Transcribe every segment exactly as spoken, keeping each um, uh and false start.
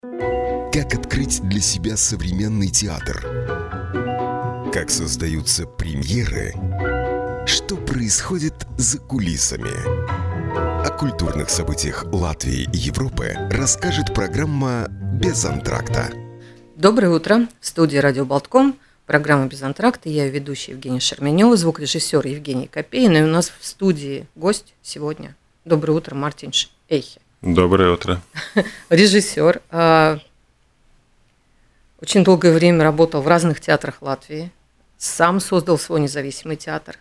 Как открыть для себя современный театр? Как создаются премьеры? Что происходит за кулисами? О культурных событиях Латвии и Европы расскажет программа «Без антракта». Доброе утро. В студии «Радио Болтком». Программа «Без антракта». Я ее ведущая Евгения Шерменева, звукорежиссер Евгений Копейн. И у нас в студии гость сегодня. Доброе утро, Мартин Эйхе. Доброе утро. Режиссер. Очень долгое время работал в разных театрах Латвии. Сам создал свой независимый театр.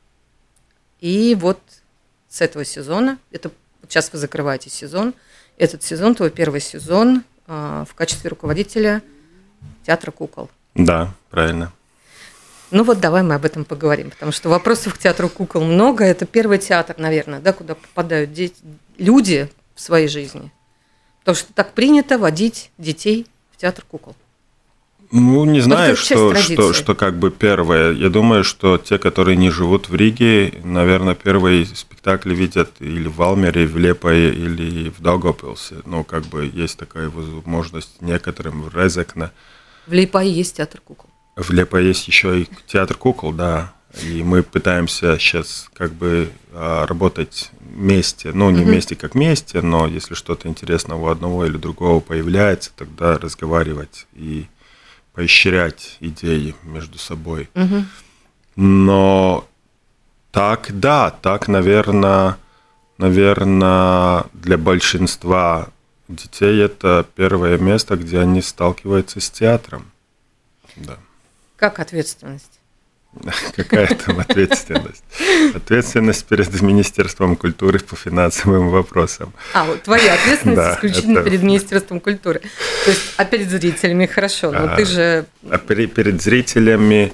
И вот с этого сезона, это сейчас вы закрываете сезон, этот сезон, твой первый сезон в качестве руководителя театра кукол. Да, правильно. Ну вот давай мы об этом поговорим, потому что вопросов к театру кукол много. Это первый театр, наверное, да, куда попадают дети, люди в своей жизни. Потому что так принято водить детей в театр кукол. Ну, не знаю, что, что, что как бы первое. Я думаю, что те, которые не живут в Риге, наверное, первые спектакли видят или в Валмере, в Лепое, или в Даугавпилсе. Ну, как бы есть такая возможность некоторым в Резекне. В Лепое есть театр кукол. В Лепое есть еще и театр кукол, да. И мы пытаемся сейчас как бы работать вместе. Ну, не вместе как вместе, но если что-то интересное у одного или другого появляется, тогда разговаривать и поощрять идеи между собой. Угу. Но так, да, так, наверное, наверное, для большинства детей это первое место, где они сталкиваются с театром. Да. Как ответственность? Какая там ответственность? Ответственность перед Министерством культуры по финансовым вопросам. А, вот твоя ответственность да, исключительно это... перед Министерством культуры. То есть, а перед зрителями хорошо, но а, ты же... А перед, перед зрителями,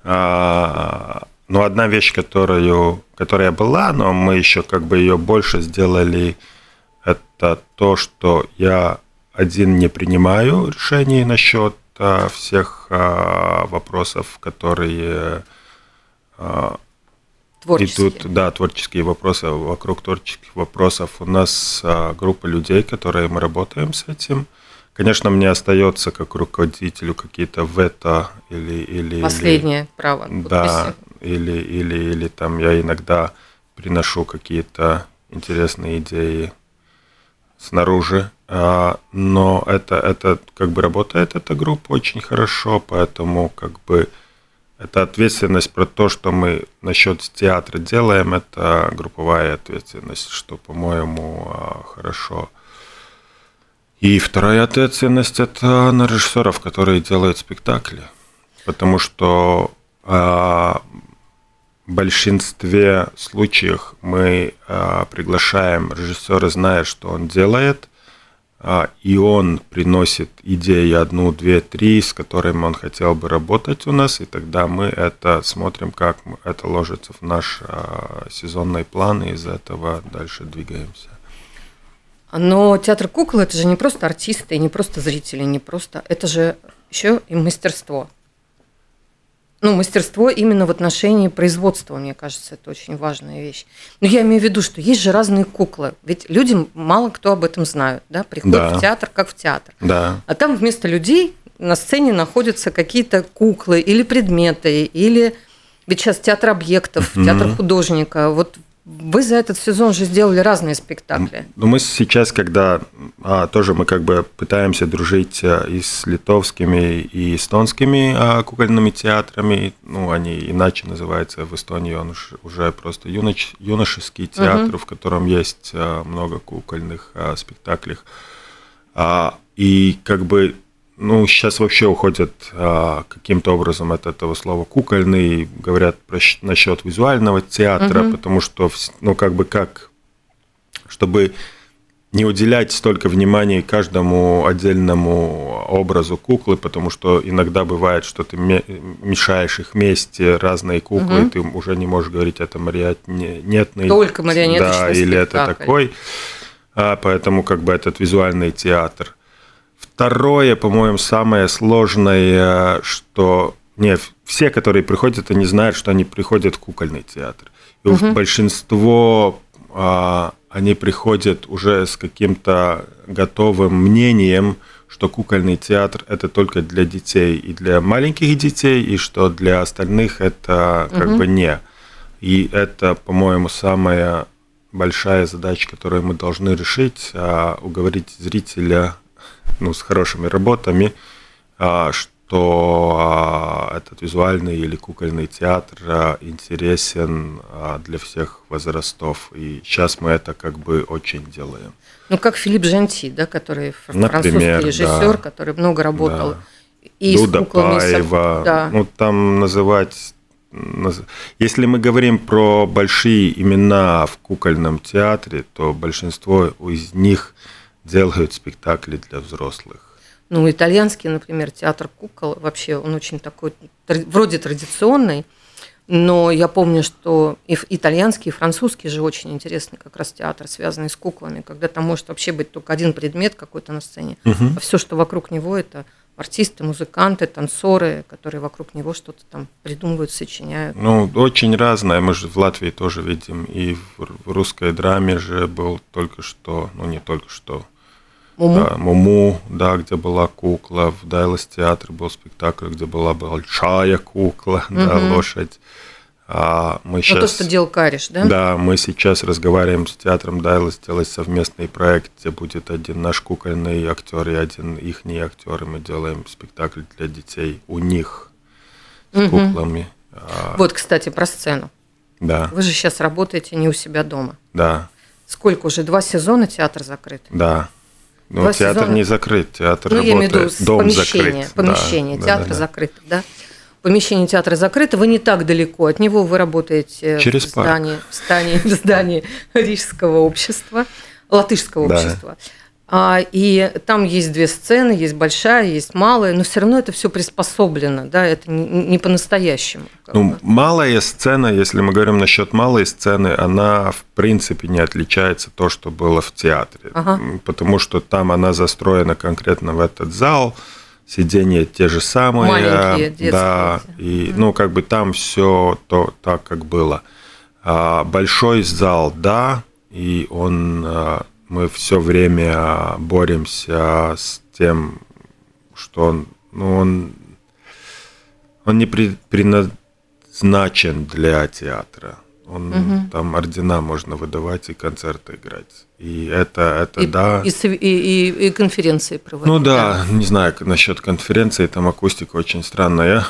а, ну, одна вещь, которую, которая была, но мы еще как бы ее больше сделали, это то, что я один не принимаю решений насчет всех а, вопросов, которые а, идут, да, творческие вопросы, вокруг творческих вопросов. У нас а, группа людей, которые мы работаем с этим. Конечно, мне остается как руководителю какие-то вето или... или Последнее или, право. Да, или, или, или там я иногда приношу какие-то интересные идеи снаружи. Но это, это как бы работает эта группа очень хорошо, поэтому как бы эта ответственность про то, что мы насчет театра делаем, это групповая ответственность, что, по-моему, хорошо. И вторая ответственность это на режиссеров, которые делают спектакли, потому что в большинстве случаев мы приглашаем режиссера, зная, что он делает, и он приносит идеи одну, две, три, с которыми он хотел бы работать у нас, и тогда мы это смотрим, как это ложится в наш сезонный план, и из этого дальше двигаемся. Но театр кукол – это же не просто артисты, не просто зрители, не просто… Это же еще и мастерство. Ну, мастерство именно в отношении производства, мне кажется, это очень важная вещь. Но я имею в виду, что есть же разные куклы. Ведь люди мало кто об этом знают, да, приходят да. в театр, как в театр. Да. А там вместо людей на сцене находятся какие-то куклы или предметы, или… Ведь сейчас театр объектов, mm-hmm. театр художника. Вот вы за этот сезон же сделали разные спектакли. Ну, мы сейчас, когда а, тоже мы как бы пытаемся дружить и с литовскими, и эстонскими а, кукольными театрами, ну, они иначе называются в Эстонии, он уже просто юноч, юношеский театр, uh-huh. в котором есть а, много кукольных а, спектаклей. А, и как бы Ну, сейчас вообще уходят а, каким-то образом от этого слова «кукольный», говорят про, насчет визуального театра, угу. потому что, ну, как бы как, чтобы не уделять столько внимания каждому отдельному образу куклы, потому что иногда бывает, что ты мешаешь их вместе, разные куклы, угу. и ты уже не можешь говорить, это марионетный. Только марионеточный да, или спектакль. Это такой, а, поэтому как бы этот визуальный театр. Второе, по-моему, самое сложное, что не, все, которые приходят, они знают, что они приходят в кукольный театр. И угу. большинство, а, они приходят уже с каким-то готовым мнением, что кукольный театр – это только для детей и для маленьких детей, и что для остальных это как угу. бы не. И это, по-моему, самая большая задача, которую мы должны решить, уговорить зрителя, ну, с хорошими работами, что этот визуальный или кукольный театр интересен для всех возрастов. И сейчас мы это как бы очень делаем. Ну, как Филипп Жанти, да, который Например, французский режиссер, да, который много работал. Да. И Дуда с куклами, Паева. Да. Ну, там называть... Если мы говорим про большие имена в кукольном театре, то большинство из них делают спектакли для взрослых. Ну, итальянский, например, театр кукол, вообще он очень такой, вроде традиционный, но я помню, что и итальянский, и французский же очень интересный как раз театр, связанный с куклами, когда там может вообще быть только один предмет какой-то на сцене, угу. а все, что вокруг него, это артисты, музыканты, танцоры, которые вокруг него что-то там придумывают, сочиняют. Ну, очень разное. Мы же в Латвии тоже видим. И в русской драме же был только что, ну, не только что, Муму, да, Муму, да, где была кукла. В Дайлас театре был спектакль, где была большая кукла, угу. да, лошадь. А мы сейчас, ну, то, что делал Кариш, да? Да, мы сейчас разговариваем с театром Дайлас, сделать совместный проект, где будет один наш кукольный актер и один ихний актер, и мы делаем спектакль для детей у них с угу. куклами. Вот, кстати, про сцену. Да. Вы же сейчас работаете не у себя дома. Да. Сколько уже? Два сезона театр закрыт? Да. Ну, Два театр сезона... не закрыт, театр ну, работает, я имею в виду, дом помещение, закрыт. Помещение, да, театр да, да. закрыт, да? Помещение театра закрыто, вы не так далеко от него, вы работаете Через в здании, в здании, в здании Рижского общества, Латышского да. общества. А, и там есть две сцены, есть большая, есть малая, но все равно это все приспособлено, да, это не, не по-настоящему. Ну, бы. Малая сцена, если мы говорим насчет малой сцены, она в принципе не отличается от того, что было в театре, ага. потому что там она застроена конкретно в этот зал. Сиденья те же самые, маленькие, детские. Да, и mm. ну как бы там все то так, как было. А большой зал, да, и он, мы все время боремся с тем, что он, ну он, он не предназначен для театра. Он, угу. Там ордена можно выдавать и концерты играть. И это, это и, да. И, и, и конференции проводить. Ну да, да, не знаю насчет конференции, там акустика очень странная.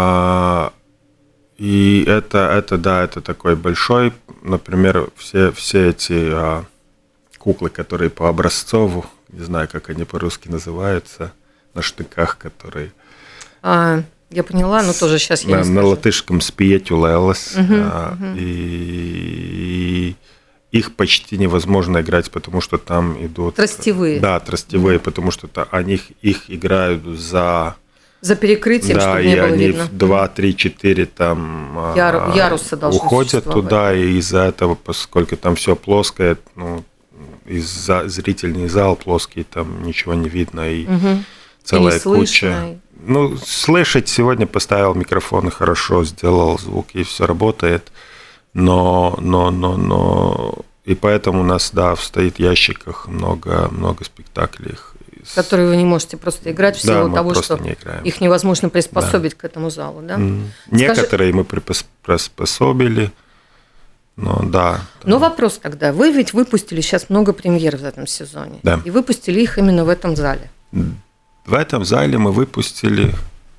И это, это да, это такой большой, например, все, все эти куклы, которые по Образцову, не знаю, как они по-русски называются, на штыках, которые... А... Я поняла, но тоже сейчас я на, не скажу. На латышском спиетюлелас. Угу, а, угу. И их почти невозможно играть, потому что там идут... Тростевые. Да, тростевые, угу. потому что они их играют за... За перекрытием, да, чтобы не было видно. Да, и они в два, три, четыре там Яру, яруса должны уходят туда, и из-за этого, поскольку там все плоское, ну, из-за зрительный зал плоский, там ничего не видно, и угу. целая куча... Ну, слышать сегодня поставил микрофон и хорошо сделал звук, и все работает. Но, но, но, но... И поэтому у нас, да, стоит в ящиках много, много спектаклей. Которые вы не можете просто играть в силу да, того, что не их невозможно приспособить да. к этому залу, да? Mm. Некоторые Скажи... мы приспособили, но да. Там... Но вопрос тогда. Вы ведь выпустили сейчас много премьер в этом сезоне. Да. И выпустили их именно в этом зале. В этом зале мы выпустили...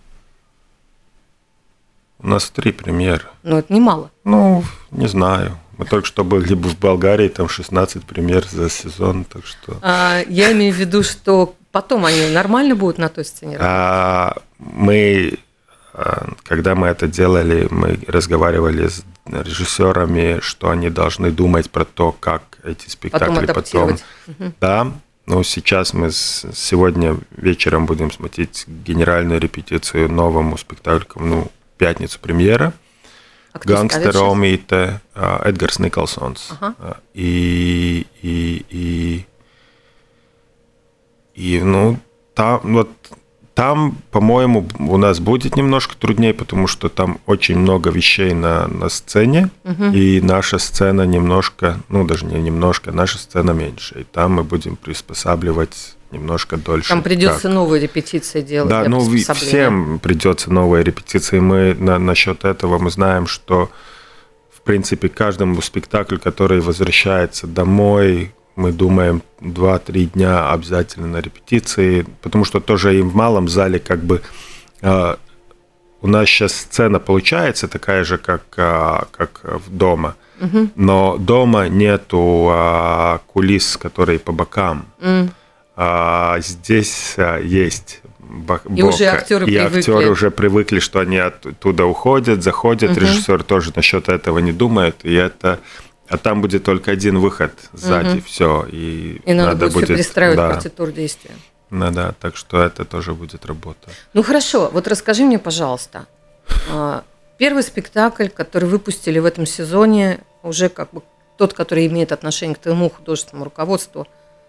У нас три премьеры. Ну, это немало. Ну, не знаю. Мы только что были в Болгарии, там шестнадцать премьер за сезон, так что... А, я имею в виду, что потом они нормально будут на той сцене работать? А, мы, когда мы это делали, мы разговаривали с режиссерами, что они должны думать про то, как эти спектакли потом... потом угу. Да. Ну, сейчас мы сегодня вечером будем смотреть генеральную репетицию новому спектаклю, ну, пятницу премьера. А Гангстеромите, Эдгарс Николсонс. Ага. И, и, и, и, ну, там, вот, Там, по-моему, у нас будет немножко труднее, потому что там очень много вещей на, на сцене, угу. и наша сцена немножко, ну даже не немножко, наша сцена меньше. И там мы будем приспосабливать немножко дольше. Там придется как. новые репетиции делать. Да, ну всем придется новые репетиции. Мы на, насчет этого мы знаем, что в принципе каждому спектаклю, который возвращается домой, мы думаем два-три дня обязательно на репетиции, потому что тоже и в малом зале как бы э, у нас сейчас сцена получается такая же, как, э, как в дома, угу. но дома нету э, кулис, которые по бокам. Mm. А здесь э, есть бок. И уже актеры и привыкли. актеры уже привыкли, что они оттуда уходят, заходят, угу. режиссер тоже насчет этого не думает, и это... А там будет только один выход сзади, угу. все. И, и надо, надо будет, будет все перестраивать да, партитур действия. Ну да, так что это тоже будет работа. Ну хорошо, вот расскажи мне, пожалуйста, первый спектакль, который выпустили в этом сезоне, уже как бы тот, который имеет отношение к твоему художественному руководству,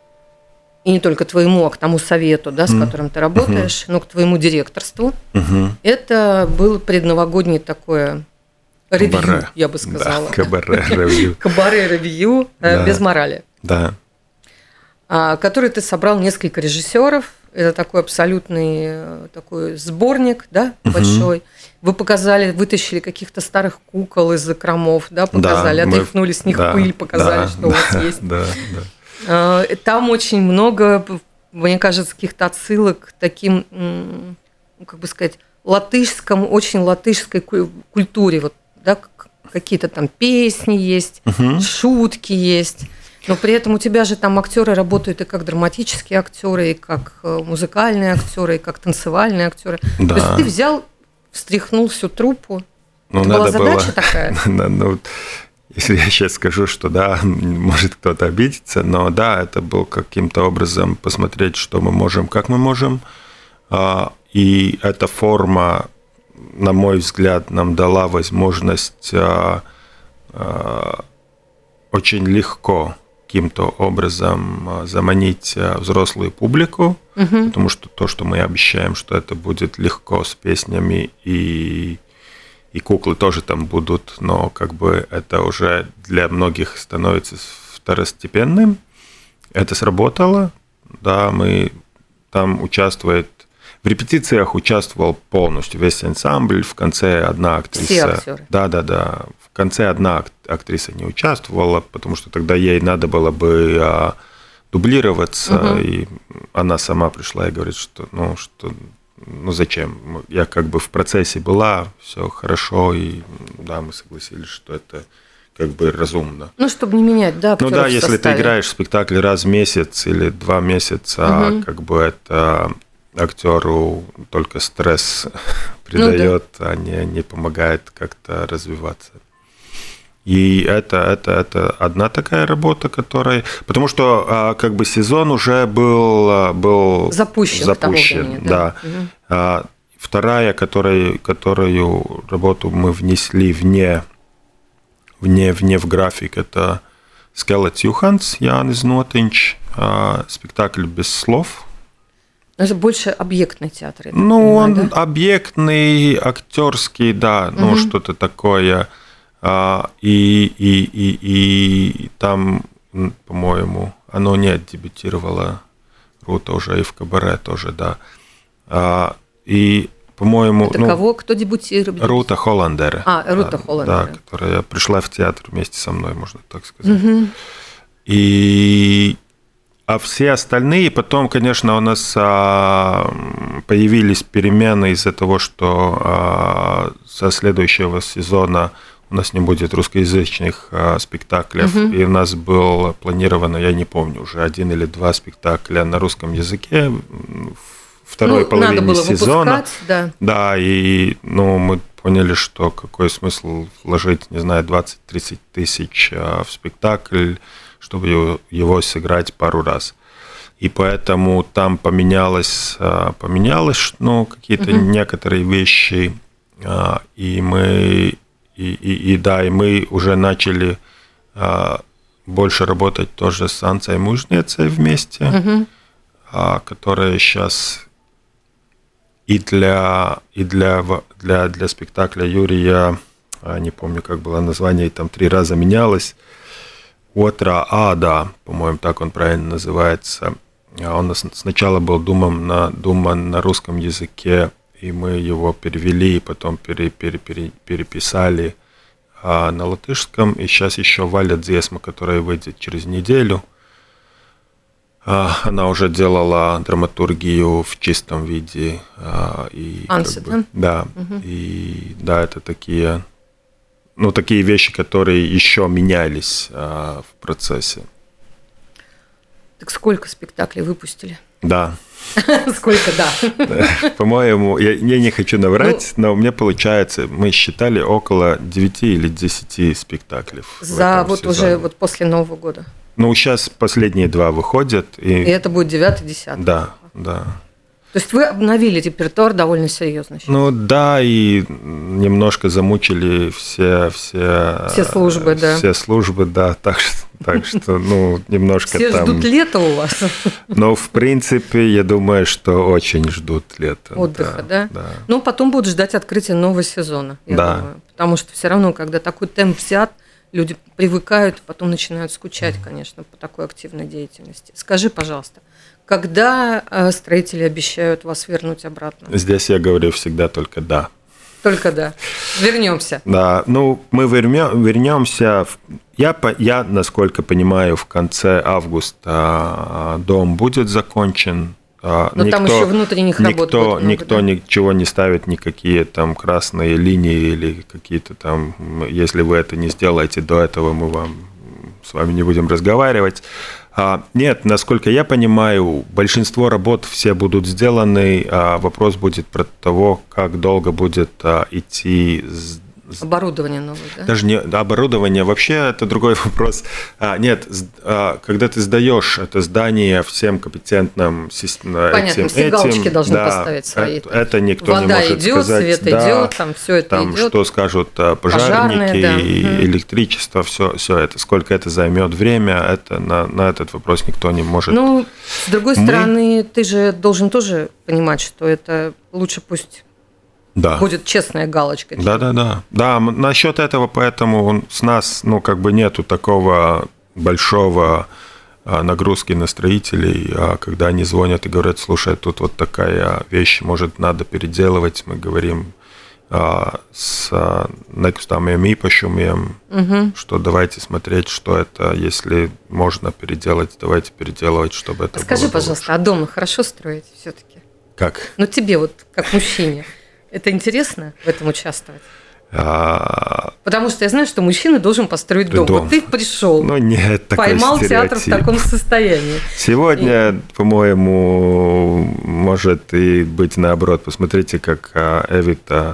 и не только твоему, а к тому совету, да, с mm. которым ты работаешь, mm-hmm. но к твоему директорству, mm-hmm. это был предновогодний такое... Ревью, кабаре. Я бы сказала. Да, кабаре-ревью. Кабаре-ревью да. без морали. Да. Который ты собрал несколько режиссеров. Это такой абсолютный такой сборник, да, угу. большой. Вы показали, вытащили каких-то старых кукол из закромов, да, показали, да, отряхнули мы... с них да, пыль, показали, да, что да, у вас есть. Да, да. Там очень много, мне кажется, каких-то отсылок к таким, как бы сказать, латышскому, очень латышской культуре, вот. Да, какие-то там песни есть, угу. шутки есть, но при этом у тебя же там актеры работают и как драматические актеры, и как музыкальные актеры, и как танцевальные актеры. Да. То есть ты взял, встряхнул всю труппу. Ну, это была задача было... такая? Ну, если я сейчас скажу, что да, может кто-то обидеться, но да, это был каким-то образом посмотреть, что мы можем, как мы можем, и эта форма, на мой взгляд, нам дала возможность а, а, очень легко каким-то образом заманить взрослую публику, угу. потому что то, что мы обещаем, что это будет легко с песнями, и, и куклы тоже там будут, но как бы это уже для многих становится второстепенным. Это сработало, да, мы там участвует. В репетициях участвовал полностью весь ансамбль, в конце одна актриса... Все актеры. Да, да, да. В конце одна актриса не участвовала, потому что тогда ей надо было бы а, дублироваться, угу. и она сама пришла и говорит, что ну, что, ну зачем? Я как бы в процессе была, все хорошо, и да, мы согласились, что это как бы разумно. Ну, чтобы не менять, да, актеров. Ну да, если ты играешь в спектакль раз в месяц или два месяца, угу. как бы это... актеру только стресс придает, ну, да. а не, не помогает как-то развиваться. И это, это, это одна такая работа, которая... Потому что как бы сезон уже был, был запущен. запущен времени, да. Да. Угу. Вторая, которая, которую работу мы внесли вне, вне, вне в график, это «Скелет Юханс», Jānis Notiņš, спектакль без слов. Это больше объектный театр. Ну, понимаю, он да? объектный, актерский, да, угу. ну, что-то такое. И, и, и, и там, по-моему, оно не дебютировало. Рута уже и в кабаре тоже, да. И, по-моему... Это ну, кого? Кто дебютировал? Рута Холландер. А, Рута да, Холландер. Да, которая пришла в театр вместе со мной, можно так сказать. Угу. И... А все остальные, потом, конечно, у нас появились перемены из-за того, что со следующего сезона у нас не будет русскоязычных спектаклей, угу. и у нас было планировано, я не помню, уже один или два спектакля на русском языке в второй ну, половине надо было сезона. Выпускать, да. Да, и ну, мы поняли, что какой смысл вложить, не знаю, двадцать-тридцать тысяч в спектакль, чтобы его сыграть пару раз. И поэтому там поменялось, поменялось ну, какие-то угу. некоторые вещи, и мы, и, и, и, да, и мы уже начали больше работать тоже с Анцей Мужницей вместе, угу. которая сейчас и для, и для, для, для спектакля Юрия, не помню, как было название, там три раза менялось, «Отра Ада», по-моему, так он правильно называется. Он сначала был думан на, думан на русском языке, и мы его перевели, и потом пере, пере, пере, переписали а, на латышском. И сейчас еще Валя Дзесма, которая выйдет через неделю. А, она уже делала драматургию в чистом виде. А, и, Анси, как бы, да? Да, угу. и да, это такие, ну, такие вещи, которые еще менялись а, в процессе. Так сколько спектаклей выпустили? Да. Сколько, да. По-моему, я, я не хочу наврать, ну, но у меня получается, мы считали около девяти или десяти спектаклей. За вот сезоне. Уже вот после Нового года. Ну, сейчас последние два выходят. И, и это будет девятый, десятый. Да, да. То есть вы обновили репертуар довольно серьезно. Ну да, и немножко замучили все, все, все службы, да. Все службы, да, так что, так что ну, немножко все там... Все ждут лета у вас? Но, в принципе, я думаю, что очень ждут лета. Отдыха, да? Да. да. Ну, потом будут ждать открытия нового сезона, я да. думаю. Потому что все равно, когда такой темп взят, люди привыкают, потом начинают скучать, конечно, по такой активной деятельности. Скажи, пожалуйста, когда строители обещают вас вернуть обратно? Здесь я говорю всегда только «да». Только «да». Вернемся. Да, ну, мы вернемся. Я, я, насколько понимаю, в конце августа дом будет закончен. Но никто, там еще внутренних работ никто, будет много, никто да? Ничего не ставит, никакие там красные линии или какие-то там, если вы это не сделаете до этого, мы вам с вами не будем разговаривать. А, нет, насколько я понимаю, большинство работ все будут сделаны, а вопрос будет про того, как долго будет а, идти... Оборудование новое, да? Даже не оборудование, вообще это другой вопрос. А, нет, а, когда ты сдаешь это здание всем компетентным Понятно, этим, все этим, галочки должны да, поставить свои. Это, это никто Вода не может идет, сказать. Свет да, идет, там все это там, идет. Что скажут пожарники, Пожарные, да. электричество, все, все это. Сколько это займет время, это на, на этот вопрос никто не может. Ну, с другой Мы... стороны, ты же должен тоже понимать, что это лучше пусть... Да. Будет честная галочка. Да, да, да. Да, насчет этого, поэтому с нас, ну, как бы нету такого большого нагрузки на строителей, когда они звонят и говорят, слушай, тут вот такая вещь, может, надо переделывать. Мы говорим с некустамiem īpašumiem, угу. что давайте смотреть, что это, если можно переделать, давайте переделывать, чтобы это Скажи, было пожалуйста, лучше. А дома хорошо строить все-таки? Как? Ну, тебе вот, как мужчине. Это интересно в этом участвовать? А... Потому что я знаю, что мужчина должен построить дом. дом. Вот ты пришел, ну, нет, поймал стереотип. театр в таком состоянии. Сегодня, и... по-моему, может и быть наоборот. Посмотрите, как Эвита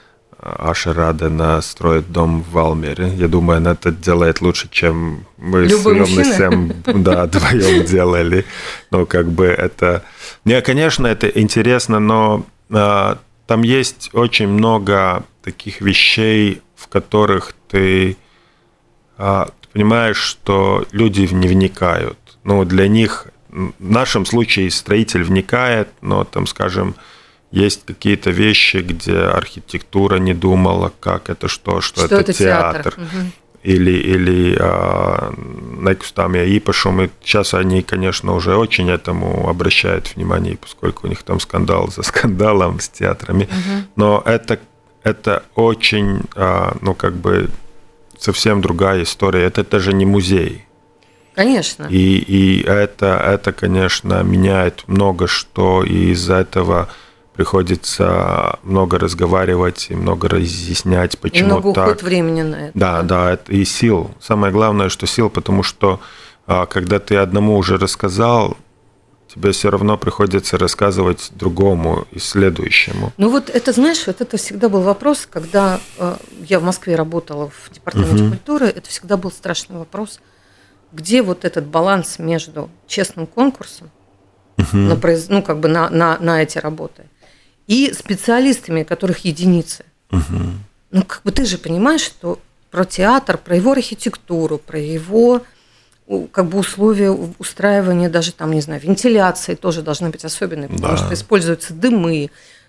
Ашерадена строит дом в Валмере. Я думаю, она это делает лучше, чем мы Любой с Ёвнесем да, вдвоем делали. Ну, как бы это... Не, конечно, это интересно, но... Там есть очень много таких вещей, в которых ты, ты понимаешь, что люди не вникают. Ну, для них, в нашем случае, строитель вникает, но там, скажем, есть какие-то вещи, где архитектура не думала, как это что, что, что это, это театр. театр. Угу. Или, или некустамiem īpašumi. Сейчас они, конечно, уже очень этому обращают внимание, поскольку у них там скандал за скандалом с театрами. Uh-huh. Но это, это очень, ну, как бы, совсем другая история. Это даже не музей. Конечно. И, и это, это, конечно, меняет много что, и из-за этого... приходится много разговаривать и много разъяснять, почему и много так. уходит времени на это. Да, да, это и сил. Самое главное, что сил, потому что когда ты одному уже рассказал, тебе все равно приходится рассказывать другому и следующему. Ну вот это, знаешь, вот это всегда был вопрос, когда я в Москве работала в департаменте угу. культуры, это всегда был страшный вопрос, где вот этот баланс между честным конкурсом, угу. на, произ... ну, как бы на, на, на эти работы, и специалистами, которых единицы. Угу. Ну, как бы ты же понимаешь, что про театр, про его архитектуру, про его как бы условия устраивания, даже там, не знаю, вентиляции тоже должны быть особенные, потому да. что используются дымы,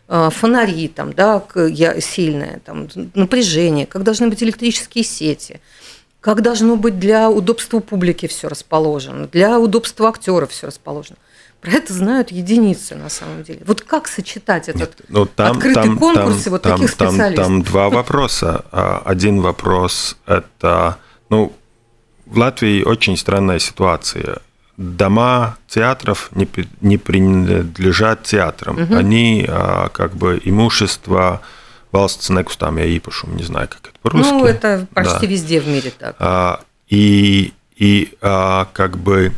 фонари, там, да, сильное там, напряжение, как должны быть электрические сети, как должно быть для удобства публики все расположено, для удобства актеров все расположено. Про это знают единицы на самом деле. Вот как сочетать этот Нет, ну, там, открытый там, конкурс и вот там, таких там, специалистов? Там два вопроса. Один вопрос – это… Ну, в Латвии очень странная ситуация. Дома театров не, не принадлежат театрам. Угу. Они как бы имущество valsts nekustamie īpašumi, не знаю, как это по-русски. Ну, это почти да. везде в мире так. А, и, и а, как бы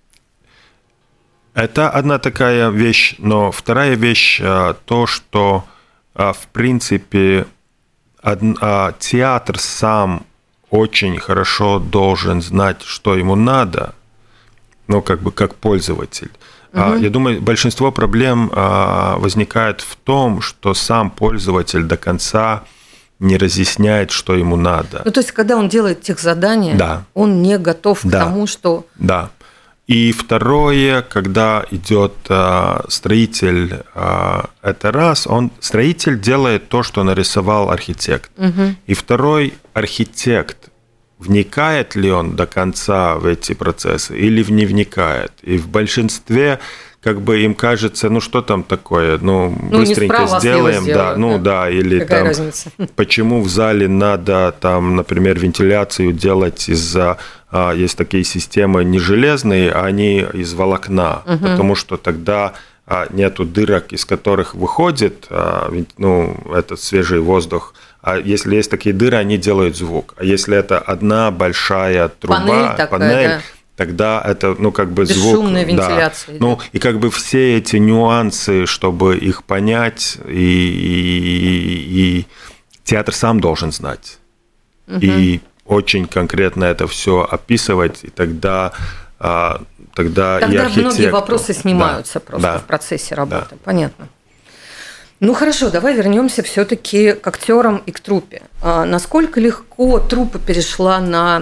это одна такая вещь, но вторая вещь а, то, что а, в принципе од, а, театр сам очень хорошо должен знать, что ему надо, ну, как бы как пользователь. Угу. Я думаю, большинство проблем возникает в том, что сам пользователь до конца не разъясняет, что ему надо. Ну, то есть, когда он делает техзадание, да. он не готов да. к тому, что… Да. И второе, когда идет строитель, это раз, он, строитель делает то, что нарисовал архитект. Угу. И второй, архитект, вникает ли он до конца в эти процессы или не вникает. И в большинстве как бы им кажется, ну что там такое, ну, ну быстренько сделаем, да, ну да, да или Какая там, разница? Почему в зале надо там, например, вентиляцию делать из-за, есть такие системы не железные, а они из волокна, угу. потому что тогда нету дырок, из которых выходит, ну, этот свежий воздух. А если есть такие дыры, они делают звук. А если это одна большая труба, панель, такая, панель да. тогда это, ну, как бы звук. Бесшумная вентиляция. Да. Ну, и как бы все эти нюансы, чтобы их понять, и, и, и театр сам должен знать. Угу. И очень конкретно это все описывать, и тогда, тогда, тогда и архитектор. Многие вопросы снимаются да. просто да. в процессе работы. Да. Понятно. Ну хорошо, давай вернемся все-таки к актерам и к труппе. А насколько легко труппа перешла на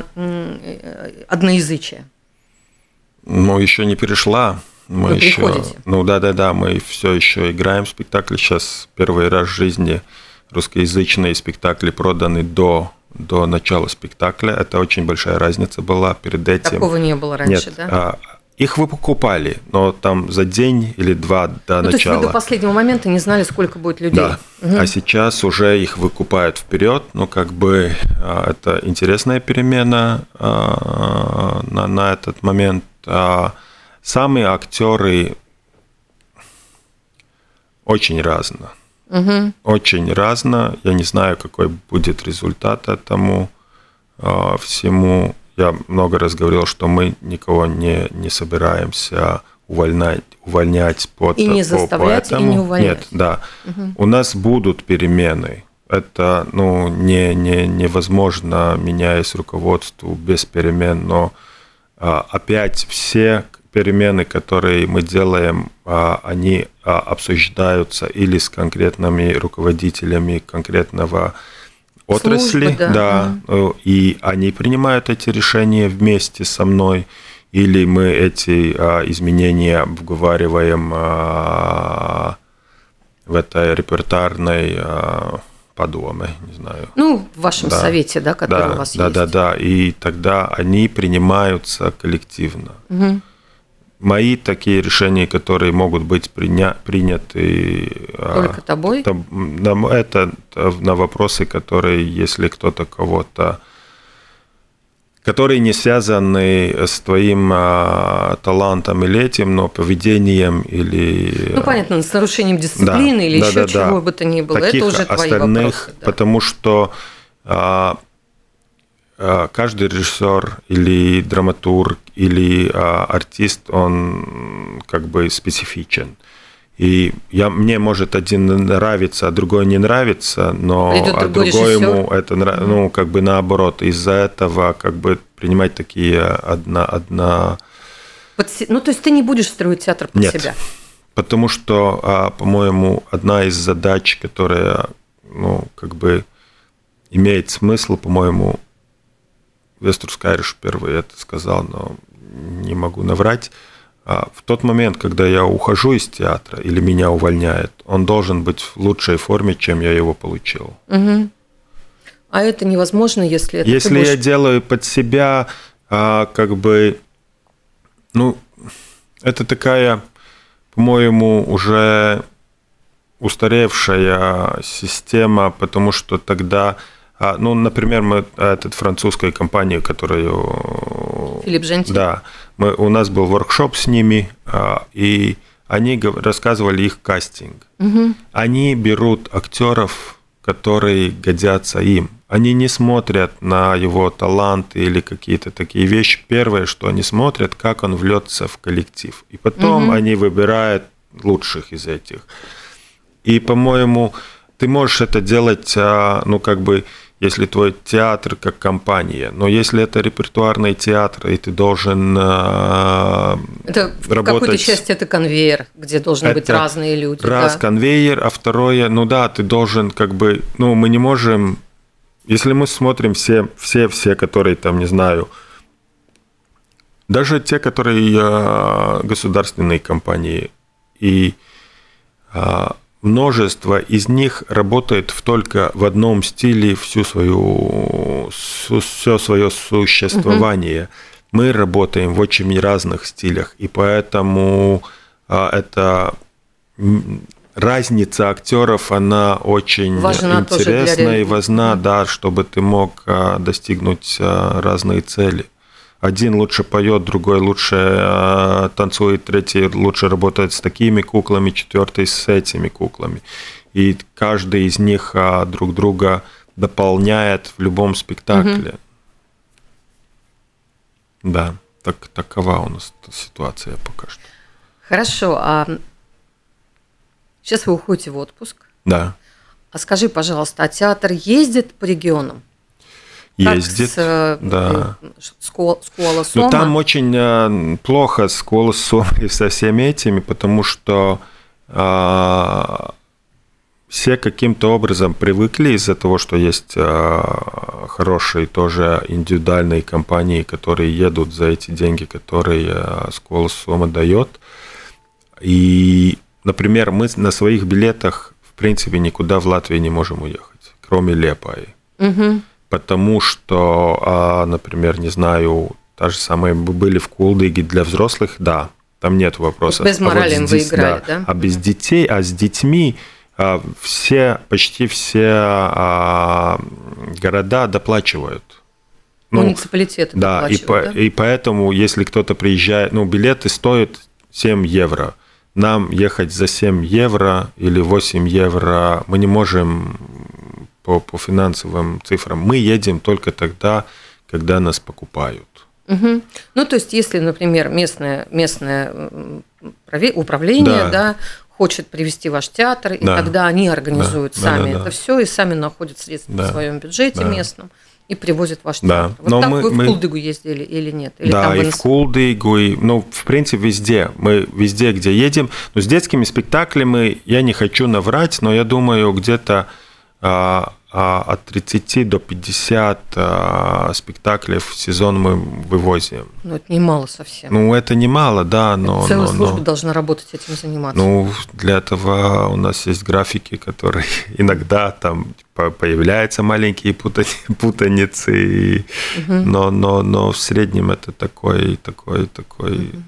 одноязычие? Ну, еще не перешла. Мы Вы еще, приходите? Ну да, да, да, мы все еще играем в спектакле. Сейчас первый раз в жизни русскоязычные спектакли проданы до, до начала спектакля. Это очень большая разница была перед этим. Такого не было раньше, Нет, да? А, их выкупали, но там за день или два до ну, начала. То есть вы до последнего момента не знали, сколько будет людей. Да, угу. а сейчас уже их выкупают вперед. Ну, как бы это интересная перемена на, на этот момент. Самые актеры очень разно. Угу. Очень разно. Я не знаю, какой будет результат этому всему. Я много раз говорил, что мы никого не, не собираемся увольнять, увольнять по, и не по, заставлять, по этому. И не увольнять. Нет, да. Угу. У нас будут перемены. Это ну, не, не, невозможно, меняясь руководству, без перемен. Но а, опять все перемены, которые мы делаем, а, они а, обсуждаются или с конкретными руководителями конкретного отрасли, Службы, да, да, угу. и они принимают эти решения вместе со мной, или мы эти а, изменения обговариваем а, в этой репертуарной а, подуме, не знаю. Ну, в вашем да. совете, да, который да, у вас да, есть. Да, да, да, и тогда они принимаются коллективно. Угу. Мои такие решения, которые могут быть приня- приняты… Только тобой? Это, это на вопросы, которые, если кто-то кого-то… Которые не связаны с твоим а, талантом или этим, но поведением или… Ну, понятно, с нарушением дисциплины да, или да, еще да, чего да. бы то ни было. Таких это уже твои вопросы. Да. Потому что… А, каждый режиссер или драматург или а, артист, он как бы специфичен. И я, мне может один нравится, а другой не нравится, но а другому это ну, как бы наоборот. Из-за этого как бы принимать такие одна… одна... Под, ну, то есть ты не будешь строить театр под Нет, себя? Потому что, по-моему, одна из задач, которая ну, как бы имеет смысл, по-моему, Вестерс Кайриш первый это сказал, но не могу наврать. в тот момент, когда я ухожу из театра или меня увольняют, он должен быть в лучшей форме, чем я его получил. Угу. А это невозможно, если это Если будешь... я делаю под себя, как бы, ну, это такая, по-моему, уже устаревшая система, потому что тогда, ну, например, мы этот французской компании, которую... Филипп Жентиль. Да, мы, у нас был воркшоп с ними, и они рассказывали их кастинг. Угу. Они берут актеров, которые годятся им. Они не смотрят на его таланты или какие-то такие вещи. Первое, что они смотрят, как он влется в коллектив. И потом угу. они выбирают лучших из этих. И, по-моему, ты можешь это делать, ну, как бы, если твой театр как компания. Но если это репертуарный театр, и ты должен это в работать... В какой-то части это конвейер, где должны это быть разные люди. Раз да. конвейер, а второе, ну да, ты должен как бы... Ну, мы не можем... Если мы смотрим все, все, все, которые там, не знаю... Даже те, которые государственные компании, и... множество из них работает в только в одном стиле всю свою, все свое существование. Угу. Мы работаем в очень разных стилях, и поэтому это разница актеров, она очень важна, интересна и важна, угу. да, чтобы ты мог достигнуть разные цели. Один лучше поет, другой лучше танцует, третий лучше работает с такими куклами, четвертый с этими куклами. И каждый из них друг друга дополняет в любом спектакле. Угу. Да, так, такова у нас ситуация пока что. Хорошо, а сейчас вы уходите в отпуск. Да. А скажи, пожалуйста, а театр ездит по регионам? Ездит, с, да. Скуола Сома. Но там очень плохо с Скуола Сома и со всеми этими, потому что э, все каким-то образом привыкли из-за того, что есть э, хорошие тоже индивидуальные компании, которые едут за эти деньги, которые Скуола Сома дает. И, например, мы на своих билетах, в принципе, никуда в Латвии не можем уехать, кроме Лиепаи. Угу. Потому что, например, не знаю, та же самая, мы были в Кулдыге для взрослых, да, там нет вопросов. Без морали а вот вы здесь, играли, да, да? А без детей, а с детьми все, почти все города доплачивают. Ну, муниципалитеты да, доплачивают, и, да? И поэтому, если кто-то приезжает, ну, билеты стоят семь евро. Нам ехать за семь евро или восемь евро мы не можем... По, по финансовым цифрам. Мы едем только тогда, когда нас покупают. Угу. Ну, то есть, если, например, местное, местное управление да. Да, хочет привести ваш театр, и да. тогда они организуют да. сами да, да, это да. все, и сами находят средства да. в своем бюджете да. местном и привозят ваш театр. Да. Вот Но так мы, вы мы... в Кулдыгу ездили или нет? Или да, там и вы... в Кулдыгу, и, ну, в принципе, везде. Мы везде, где едем. Но с детскими спектаклями я не хочу наврать, но я думаю, где-то... от тридцати до пятидесяти спектаклей в сезон мы вывозим. Ну, это немало совсем. Ну, это немало, да, но... Целая но, служба но... должна работать этим заниматься. Ну, для этого у нас есть графики, которые иногда там появляются маленькие путаницы, угу. но, но, но в среднем это такой, такой, такой... Угу.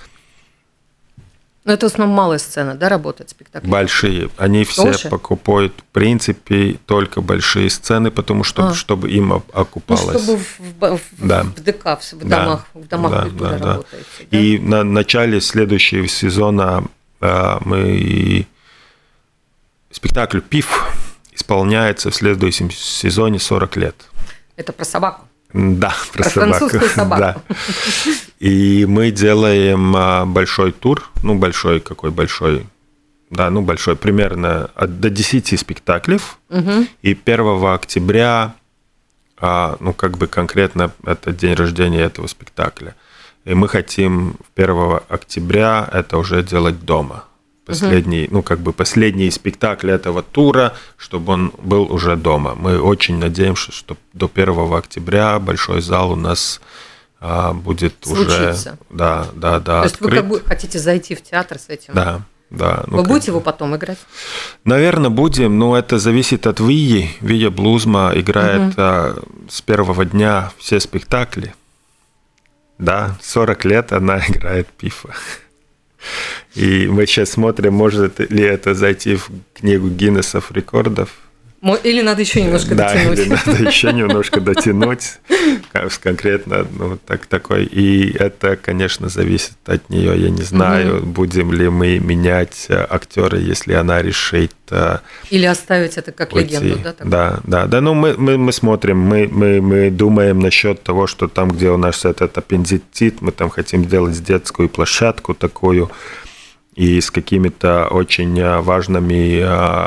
Но это в основном малая сцена, да, работает спектакль? Большие. Они все Тоже? покупают, в принципе, только большие сцены, потому что, а. чтобы им окупалось. Ну, чтобы в, в, да. в ДК, в домах, да. в домах да, культуры да, работаете. Да. Да? И на начале следующего сезона мы... Спектакль «Пиф» исполняется в следующем сезоне сорок лет. Это про собаку? Да, про, про собаку. французскую собаку. Да. И мы делаем большой тур, ну, большой, какой большой, да, ну, большой, примерно до десяти спектаклей. Угу. И первого октября, ну, как бы конкретно это день рождения этого спектакля. И мы хотим первого октября это уже делать дома. Последний, угу. ну, как бы последний спектакль этого тура, чтобы он был уже дома. Мы очень надеемся, что до первого октября большой зал у нас будет случится. Уже... Да, да, да. То есть открыт. вы как бы хотите зайти в театр с этим? Да, да. Вы ну, будете как... его потом играть? Наверное, будем, но это зависит от Вии. Вия Блузма играет угу. с первого дня все спектакли. Да, сорок лет она играет Пифа. И мы сейчас смотрим, может ли это зайти в книгу Гиннесов рекордов. Или надо еще немножко да, дотянуть. Или надо еще немножко дотянуть. Конкретно, ну, так, такой. И это, конечно, зависит от нее. Я не знаю, угу. будем ли мы менять актера, если она решит. Или оставить это как уйти. Легенду, да? Такой? Да, да, да. Ну, мы, мы, мы смотрим, мы, мы, мы думаем насчет того, что там, где у нас этот аппендицит, мы там хотим сделать детскую площадку такую и с какими-то очень важными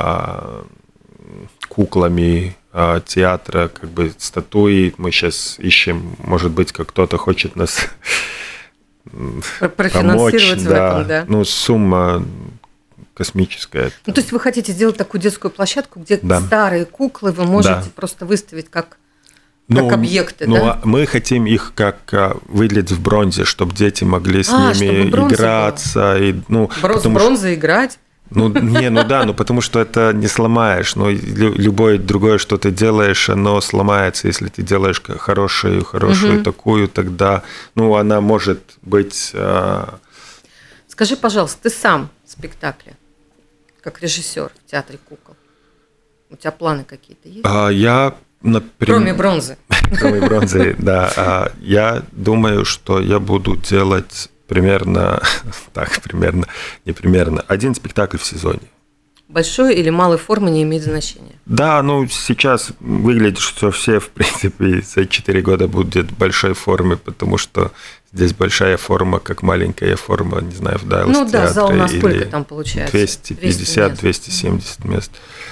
куклами театра, как бы статуи. Мы сейчас ищем, может быть, как кто-то хочет нас профинансировать помочь. в да. этом, да? Ну, сумма космическая. Ну, то есть вы хотите сделать такую детскую площадку, где да. старые куклы вы можете да. просто выставить как, как ну, объекты, ну, да? Мы хотим их как выделить в бронзе, чтобы дети могли с а, ними играться. И, ну, Бронз, бронзой играть? Ну, не, ну да, ну потому что это не сломаешь. Ну, любое другое, что ты делаешь, оно сломается. Если ты делаешь хорошую, хорошую угу. такую, тогда, ну, она может быть... Скажи, пожалуйста, ты сам в спектакле, как режиссер в театре кукол, у тебя планы какие-то есть? А, я, например... Кроме бронзы. Кроме бронзы, да. Я думаю, что я буду делать... Примерно, так, примерно, не примерно, один спектакль в сезоне. Большой или малой формы не имеет значения? Да, ну, сейчас выглядит, что все, в принципе, за четыре года будут в большой форме, потому что здесь большая форма, как маленькая форма, не знаю, в Дайлс ну, театре. Ну да, зал насколько там получается? двести пятьдесят - двести семьдесят мест.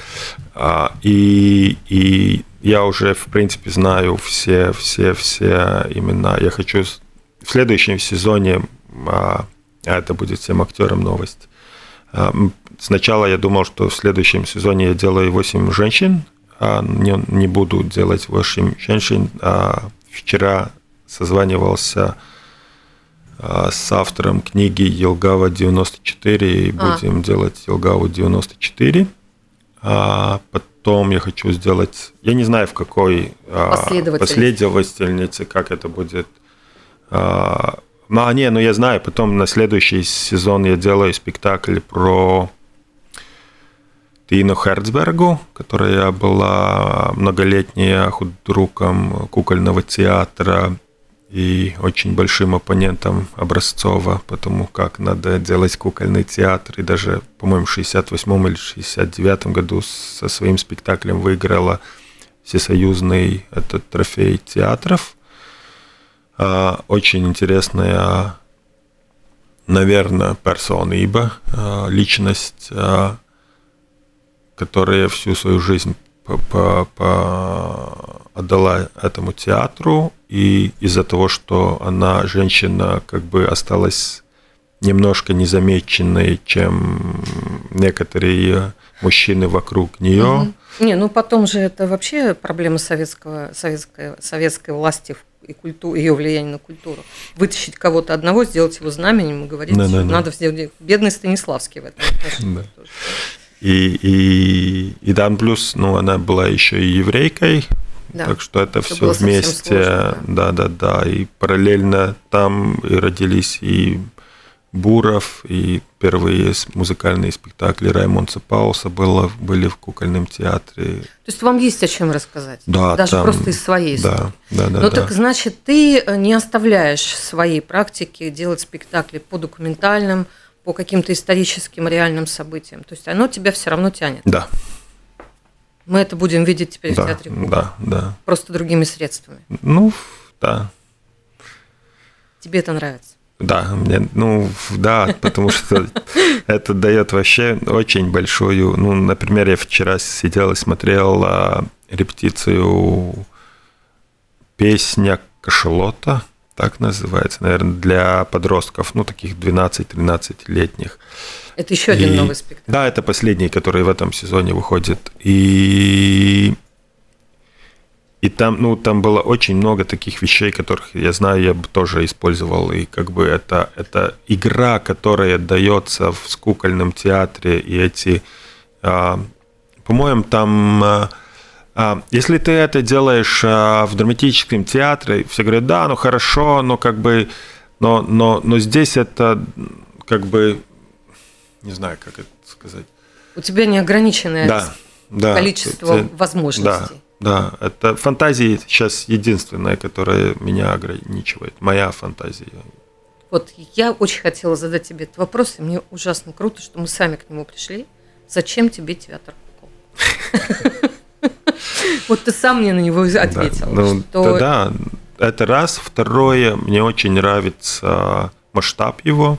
И, и я уже, в принципе, знаю все, все, все имена. Я хочу в следующем сезоне... А это будет всем актерам новость. Сначала я думал, что в следующем сезоне я делаю восемь женщин, а не, не буду делать восемь женщин. А вчера созванивался с автором книги Елгава девяносто четыре, и будем а. делать Елгаву девяносто четыре. А потом я хочу сделать, я не знаю в какой последовательности, как это будет. А, не, ну я знаю, потом на следующий сезон я делаю спектакль про Тину Херцбергу, которая была многолетняя художником кукольного театра и очень большим оппонентом Образцова, потому как надо делать кукольный театр. И даже, по-моему, в шестьдесят восьмом или шестьдесят девятом году со своим спектаклем выиграла всесоюзный этот трофей театров. Очень интересная, наверное, персонība, личность, которая всю свою жизнь отдала этому театру, и из-за того, что она, женщина, как бы осталась немножко незамеченной, чем некоторые мужчины вокруг нее. Угу. Не, ну потом же это вообще проблема советского, советской, советской власти и культу, ее влияние на культуру. Вытащить кого-то одного, сделать его знаменем и говорить, да, что да, надо да. сделать. Бедный Станиславский в этом отношении. Да. И, и, и да, плюс, ну, она была еще и еврейкой, да. так что это все, все вместе, сложно, да. да, да, да, и параллельно там и родились и Буров, и первые музыкальные спектакли Раймонда Пауса было, были в кукольном театре. То есть вам есть о чем рассказать? Да, даже там, просто из своей истории. Да, да, да. Ну да. так значит, ты не оставляешь своей практики делать спектакли по документальным, по каким-то историческим реальным событиям. То есть оно тебя все равно тянет. Да. Мы это будем видеть теперь да, в театре кукол. Да, да. Просто другими средствами. Ну, да. Тебе это нравится? Да, мне, ну, да, потому что это дает вообще очень большую... Ну, например, я вчера сидел и смотрел репетицию «Песня кашалота», так называется, наверное, для подростков, ну, таких двенадцать-тринадцатилетних. Это еще один и, новый спектакль. Да, это последний, который в этом сезоне выходит. И И там, ну, там было очень много таких вещей, которых, я знаю, я бы тоже использовал. И как бы это, это игра, которая дается в скукольном театре, и эти, а, по-моему, там, а, а, если ты это делаешь а, в драматическом театре, все говорят, да, ну хорошо, но как бы, но, но, но здесь это как бы, не знаю, как это сказать. У тебя неограниченное да, да, количество это, возможностей. Да. Да, это фантазия сейчас единственная, которая меня ограничивает. Моя фантазия. Вот я очень хотела задать тебе этот вопрос, и мне ужасно круто, что мы сами к нему пришли. Зачем тебе театр кукол? Вот ты сам мне на него ответил. Да, это раз. Второе, мне очень нравится масштаб его.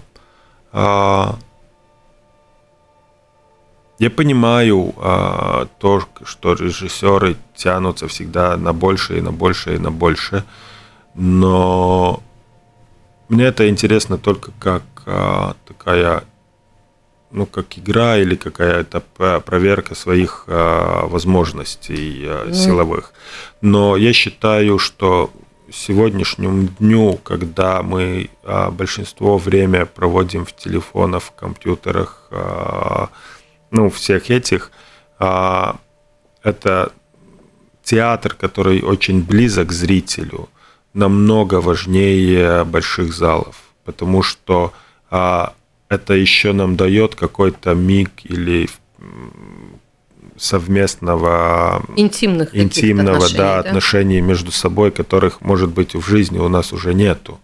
Я понимаю а, то, что режиссеры тянутся всегда на больше и на больше и на больше, но мне это интересно только как а, такая, ну, как игра или какая-то проверка своих а, возможностей а, силовых. Но я считаю, что сегодняшнему дню, когда мы а, большинство времени проводим в телефонах, в компьютерах, а, ну, всех этих, а, это театр, который очень близок к зрителю, намного важнее больших залов, потому что а, это еще нам дает какой-то миг или совместного интимных, интимного отношений, да, да? отношений между собой, которых, может быть, в жизни у нас уже нету.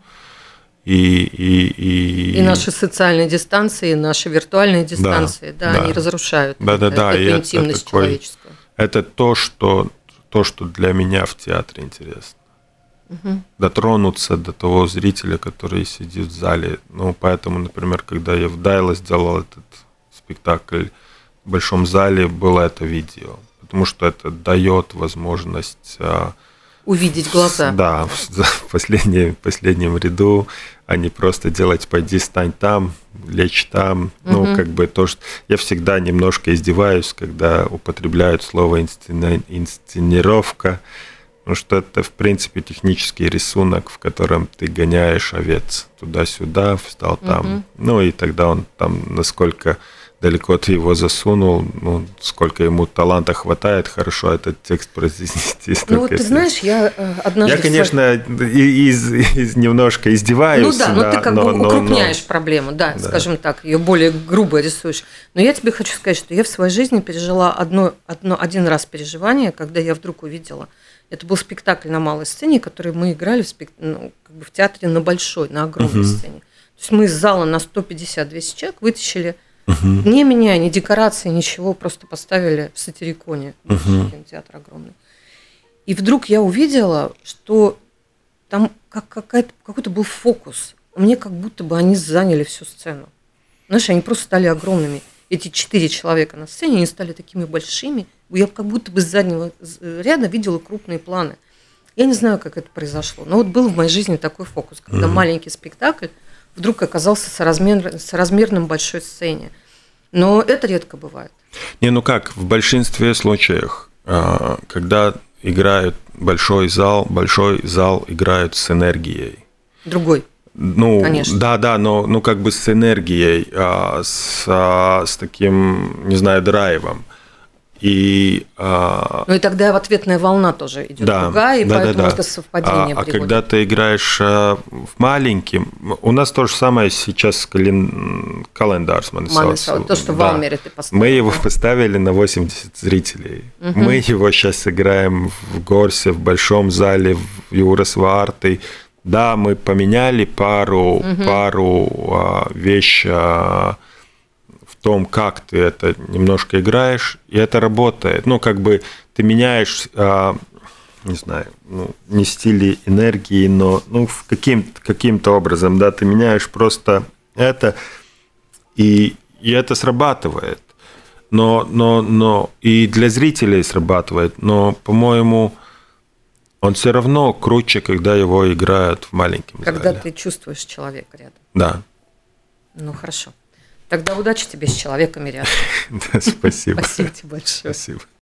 И, и, и... и наши социальные дистанции, и наши виртуальные дистанции, да, да, да. Они разрушают да, да, это, да, эту интимность это такой, человеческую. Это то что, то, что для меня в театре интересно. Угу. Дотронуться до того зрителя, который сидит в зале. Ну, поэтому, например, когда я в Дайле сделал этот спектакль, в большом зале было это видео, потому что это дает возможность... увидеть глаза. Да, в последнем, последнем ряду, а не просто делать «пойди, стань там», «лечь там». Угу. Ну, как бы то, что... Я всегда немножко издеваюсь, когда употребляют слово «инсценировка», потому что это, в принципе, технический рисунок, в котором ты гоняешь овец туда-сюда, встал там. Угу. Ну, и тогда он там, насколько... далеко ты его засунул, ну, сколько ему таланта хватает, хорошо этот текст произнести. Ну вот ты знаешь, я однажды... Я, конечно, из, из, немножко издеваюсь. Ну да, но да, ты как но, бы укрупняешь но... проблему, да, да, скажем так, ее более грубо рисуешь. Но я тебе хочу сказать, что я в своей жизни пережила одно, одно, один раз переживание, когда я вдруг увидела, это был спектакль на малой сцене, который мы играли в, спект... ну, как бы в театре на большой, на огромной uh-huh. сцене. То есть мы из зала на сто пятьдесят - двести человек вытащили. Uh-huh. Не меняя ни декорации, ничего, просто поставили в Сатириконе, uh-huh. кинотеатр огромный. И вдруг я увидела, что там как какая-то, какой-то был фокус. Мне как будто бы они заняли всю сцену. Знаешь, они просто стали огромными. Эти четыре человека на сцене, они стали такими большими. Я как будто бы с заднего ряда видела крупные планы. Я не знаю, как это произошло, но вот был в моей жизни такой фокус, когда uh-huh. маленький спектакль вдруг оказался соразмер, соразмерным большой сцене. Но это редко бывает. Не, ну как, в большинстве случаев, когда играют большой зал, большой зал играют с энергией. Другой. Ну, конечно. Да, да, но ну, как бы с энергией, с, с таким, не знаю, драйвом. И, ну и тогда ответная волна тоже идет да, другая, и да, поэтому да, да. это совпадение. А, а когда ты играешь в маленьким, у нас то же самое сейчас календарс Манисаус. То, что да. в Алмере ты поставил. Мы его поставили на восемьдесят зрителей. Угу. Мы его сейчас играем в Горсе, в большом зале, в Юрас Ваарты. Да, мы поменяли пару, угу. пару вещей в том, как ты это немножко играешь, и это работает. Ну, как бы ты меняешь, а, не знаю, ну, не стили энергии, но ну, каким, каким-то образом, да, ты меняешь просто это, и, и это срабатывает. Но, но, но и для зрителей срабатывает, но, по-моему, он все равно круче, когда его играют в маленьком когда зале. Когда ты чувствуешь человека рядом. Да. Ну, хорошо. Тогда удачи тебе с человеками рядом. Да, спасибо. Спасибо тебе большое. Спасибо.